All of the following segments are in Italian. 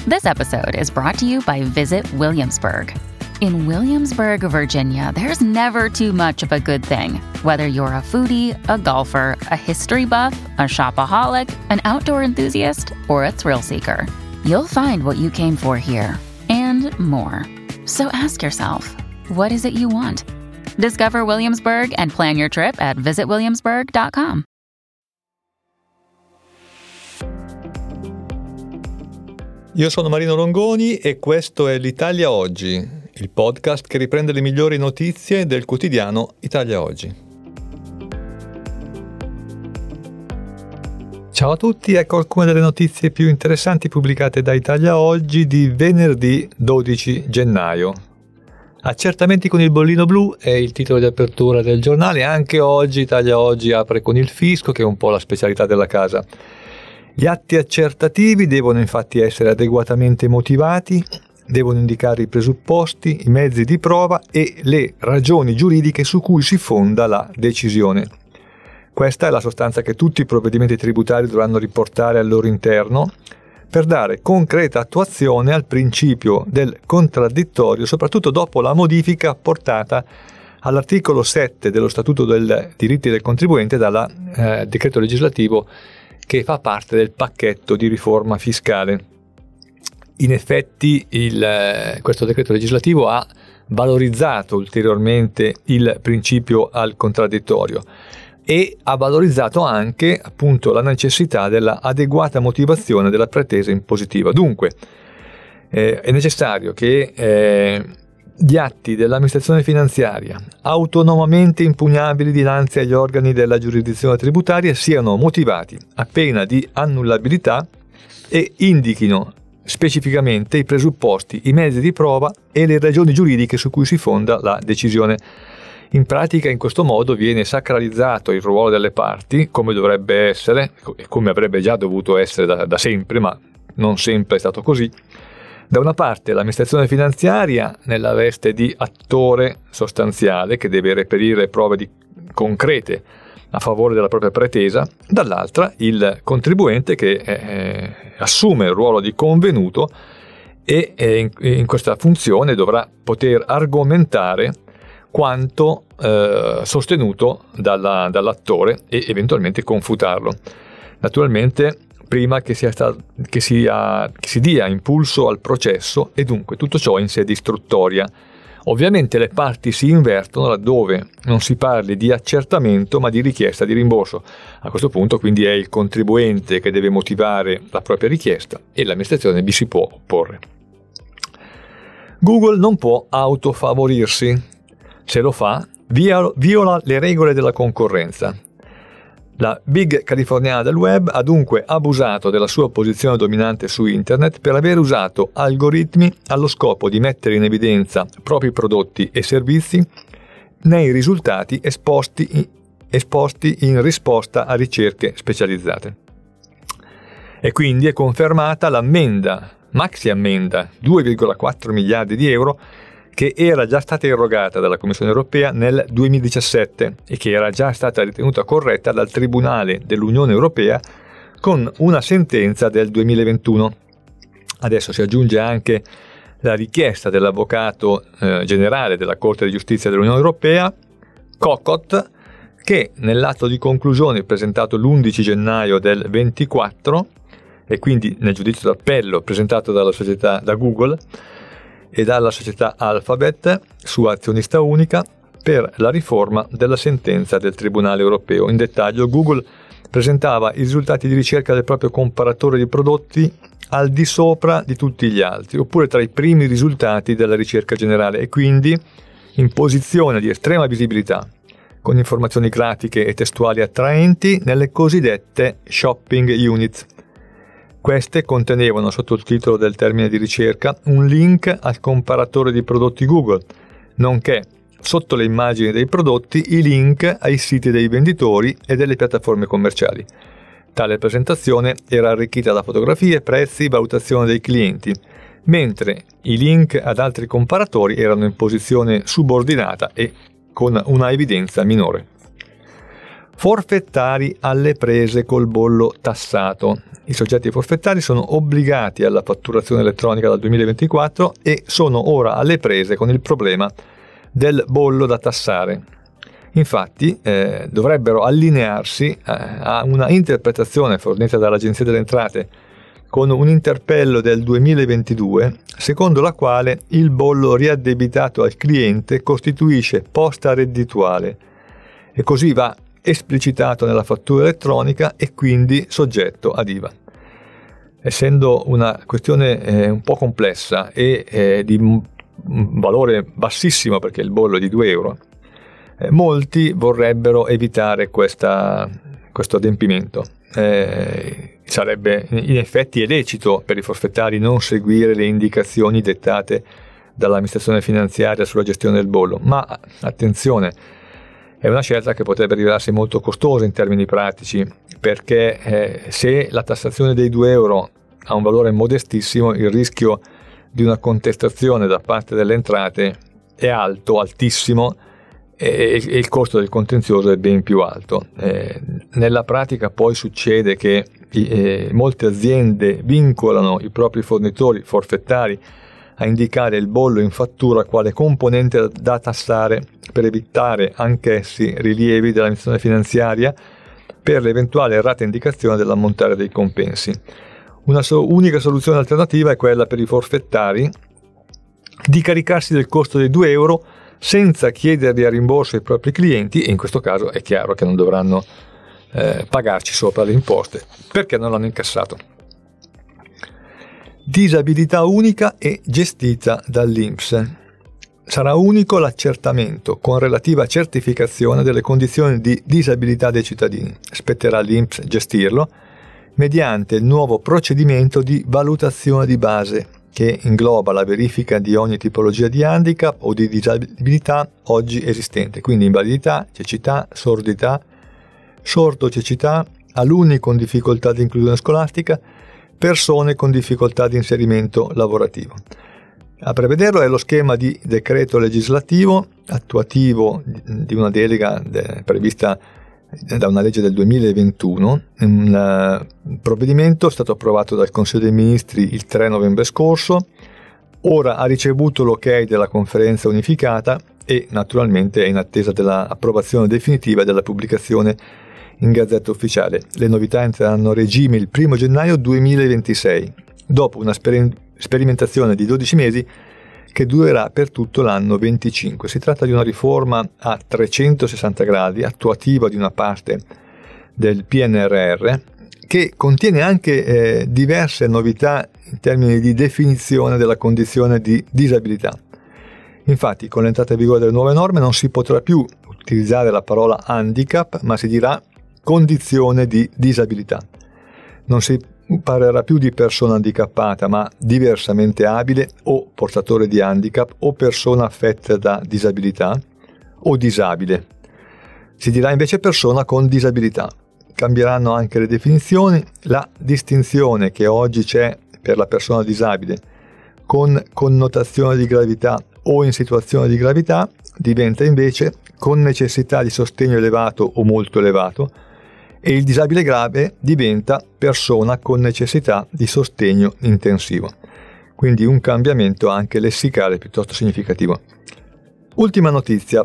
This episode is brought to you by Visit Williamsburg. In Williamsburg, Virginia, there's never too much of a good thing. Whether you're a foodie, a golfer, a history buff, a shopaholic, an outdoor enthusiast, or a thrill seeker, you'll find what you came for here and more. So ask yourself, what is it you want? Discover Williamsburg and plan your trip at visitwilliamsburg.com. Io sono Marino Longoni e questo è l'Italia Oggi, il podcast che riprende le migliori notizie del quotidiano Italia Oggi. Ciao a tutti, ecco alcune delle notizie più interessanti pubblicate da Italia Oggi di venerdì 12 gennaio. Accertamenti con il bollino blu è il titolo di apertura del giornale. Anche oggi Italia Oggi apre con il fisco, che è un po' la specialità della casa. Gli atti accertativi devono infatti essere adeguatamente motivati, devono indicare i presupposti, i mezzi di prova e le ragioni giuridiche su cui si fonda la decisione. Questa è la sostanza che tutti i provvedimenti tributari dovranno riportare al loro interno per dare concreta attuazione al principio del contraddittorio, soprattutto dopo la modifica apportata all'articolo 7 dello Statuto dei diritti del contribuente dal decreto legislativo che fa parte del pacchetto di riforma fiscale. In effetti questo decreto legislativo ha valorizzato ulteriormente il principio al contraddittorio e ha valorizzato anche appunto la necessità della adeguata motivazione della pretesa impositiva. Dunque è necessario che gli atti dell'amministrazione finanziaria autonomamente impugnabili dinanzi agli organi della giurisdizione tributaria siano motivati a pena di annullabilità e indichino specificamente i presupposti, i mezzi di prova e le ragioni giuridiche su cui si fonda la decisione. In pratica, in questo modo viene sacralizzato il ruolo delle parti, come dovrebbe essere e come avrebbe già dovuto essere da sempre, ma non sempre è stato così. Da una parte l'amministrazione finanziaria nella veste di attore sostanziale che deve reperire prove concrete a favore della propria pretesa, dall'altra il contribuente che assume il ruolo di convenuto e in questa funzione dovrà poter argomentare quanto sostenuto dall'attore e eventualmente confutarlo. Naturalmente prima che si dia impulso al processo e dunque tutto ciò in sede istruttoria. Ovviamente le parti si invertono laddove non si parli di accertamento ma di richiesta di rimborso. A questo punto quindi è il contribuente che deve motivare la propria richiesta e l'amministrazione vi si può opporre. Google non può autofavorirsi. Se lo fa, viola le regole della concorrenza. La big californiana del web ha dunque abusato della sua posizione dominante su internet per aver usato algoritmi allo scopo di mettere in evidenza propri prodotti e servizi nei risultati esposti in risposta a ricerche specializzate. E quindi è confermata maxi ammenda, 2,4 miliardi di euro, che era già stata erogata dalla Commissione europea nel 2017 e che era già stata ritenuta corretta dal Tribunale dell'Unione Europea con una sentenza del 2021. Adesso si aggiunge anche la richiesta dell'Avvocato Generale della Corte di Giustizia dell'Unione Europea, Kokot, che nell'atto di conclusione presentato l'11 gennaio del 24 e quindi nel giudizio d'appello presentato da Google e dalla società Alphabet, sua azionista unica, per la riforma della sentenza del Tribunale europeo. In dettaglio, Google presentava i risultati di ricerca del proprio comparatore di prodotti al di sopra di tutti gli altri, oppure tra i primi risultati della ricerca generale e quindi in posizione di estrema visibilità, con informazioni grafiche e testuali attraenti nelle cosiddette shopping units. Queste contenevano, sotto il titolo del termine di ricerca, un link al comparatore di prodotti Google, nonché, sotto le immagini dei prodotti, i link ai siti dei venditori e delle piattaforme commerciali. Tale presentazione era arricchita da fotografie, prezzi, valutazione dei clienti, mentre i link ad altri comparatori erano in posizione subordinata e con una evidenza minore. Forfettari alle prese col bollo tassato. I soggetti forfettari sono obbligati alla fatturazione elettronica dal 2024 e sono ora alle prese con il problema del bollo da tassare. Infatti dovrebbero allinearsi a una interpretazione fornita dall'Agenzia delle Entrate con un interpello del 2022, secondo la quale il bollo riaddebitato al cliente costituisce posta reddituale e così va esplicitato nella fattura elettronica e quindi soggetto ad IVA. Essendo una questione un po' complessa e di un valore bassissimo, perché il bollo è di 2 euro, molti vorrebbero evitare questo adempimento. Sarebbe in effetti lecito per i forfettari non seguire le indicazioni dettate dall'amministrazione finanziaria sulla gestione del bollo, ma attenzione, è una scelta che potrebbe rivelarsi molto costosa in termini pratici, perché se la tassazione dei 2 euro ha un valore modestissimo, il rischio di una contestazione da parte delle entrate è altissimo, e il costo del contenzioso è ben più alto. Nella pratica poi succede che molte aziende vincolano i propri fornitori forfettari a indicare il bollo in fattura quale componente da tassare per evitare anch'essi rilievi dell'amministrazione finanziaria per l'eventuale errata indicazione dell'ammontare dei compensi. Una unica soluzione alternativa è quella per i forfettari di caricarsi del costo dei 2 euro senza chiederli a rimborso ai propri clienti, e in questo caso è chiaro che non dovranno pagarci sopra le imposte perché non l'hanno incassato. Disabilità unica e gestita dall'INPS. Sarà unico l'accertamento con relativa certificazione delle condizioni di disabilità dei cittadini. Spetterà all'INPS gestirlo mediante il nuovo procedimento di valutazione di base, che ingloba la verifica di ogni tipologia di handicap o di disabilità oggi esistente, quindi invalidità, cecità, sordità, sordo-cecità, alunni con difficoltà di inclusione scolastica, persone con difficoltà di inserimento lavorativo. A prevederlo è lo schema di decreto legislativo attuativo di una delega prevista da una legge del 2021. Un provvedimento è stato approvato dal Consiglio dei Ministri il 3 novembre scorso, ora ha ricevuto l'ok della conferenza unificata e naturalmente è in attesa dell'approvazione definitiva e della pubblicazione in Gazzetta Ufficiale. Le novità entreranno a regime il 1 gennaio 2026, dopo una sperimentazione di 12 mesi che durerà per tutto l'anno 25. Si tratta di una riforma a 360 gradi, attuativa di una parte del PNRR, che contiene anche diverse novità in termini di definizione della condizione di disabilità. Infatti, con l'entrata in vigore delle nuove norme non si potrà più utilizzare la parola handicap, ma si dirà condizione di disabilità. Non si parlerà più di persona handicappata, ma diversamente abile o portatore di handicap o persona affetta da disabilità o disabile. Si dirà invece persona con disabilità. Cambieranno anche le definizioni. La distinzione che oggi c'è per la persona disabile con connotazione di gravità o in situazione di gravità diventa invece con necessità di sostegno elevato o molto elevato, e il disabile grave diventa persona con necessità di sostegno intensivo. Quindi un cambiamento anche lessicale piuttosto significativo. Ultima notizia: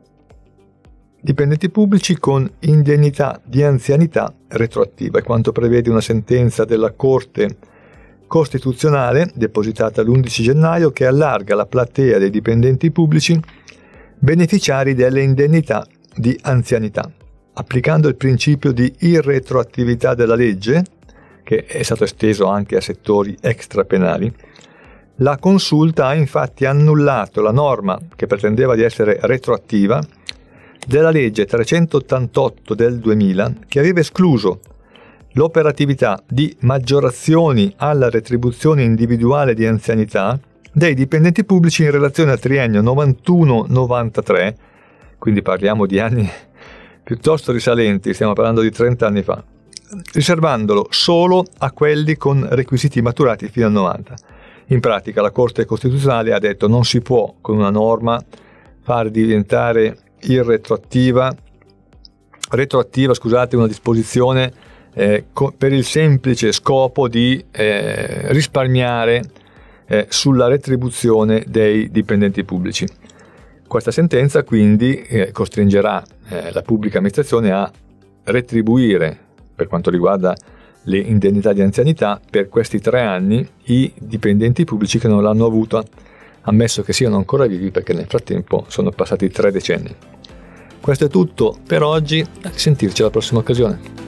dipendenti pubblici con indennità di anzianità retroattiva, è quanto prevede una sentenza della Corte Costituzionale depositata l'11 gennaio che allarga la platea dei dipendenti pubblici beneficiari delle indennità di anzianità, applicando il principio di irretroattività della legge, che è stato esteso anche a settori extrapenali. La Consulta ha infatti annullato la norma che pretendeva di essere retroattiva della legge 388 del 2000, che aveva escluso l'operatività di maggiorazioni alla retribuzione individuale di anzianità dei dipendenti pubblici in relazione al triennio 91-93, quindi parliamo di anni piuttosto risalenti, stiamo parlando di 30 anni fa, riservandolo solo a quelli con requisiti maturati fino al 90. In pratica la Corte Costituzionale ha detto non si può con una norma far diventare irretroattiva retroattiva, una disposizione per il semplice scopo di risparmiare sulla retribuzione dei dipendenti pubblici. Questa sentenza quindi costringerà la pubblica amministrazione a retribuire, per quanto riguarda le indennità di anzianità, per questi 3 anni i dipendenti pubblici che non l'hanno avuta, ammesso che siano ancora vivi, perché nel frattempo sono passati 3 decenni. Questo è tutto per oggi, a risentirci alla prossima occasione.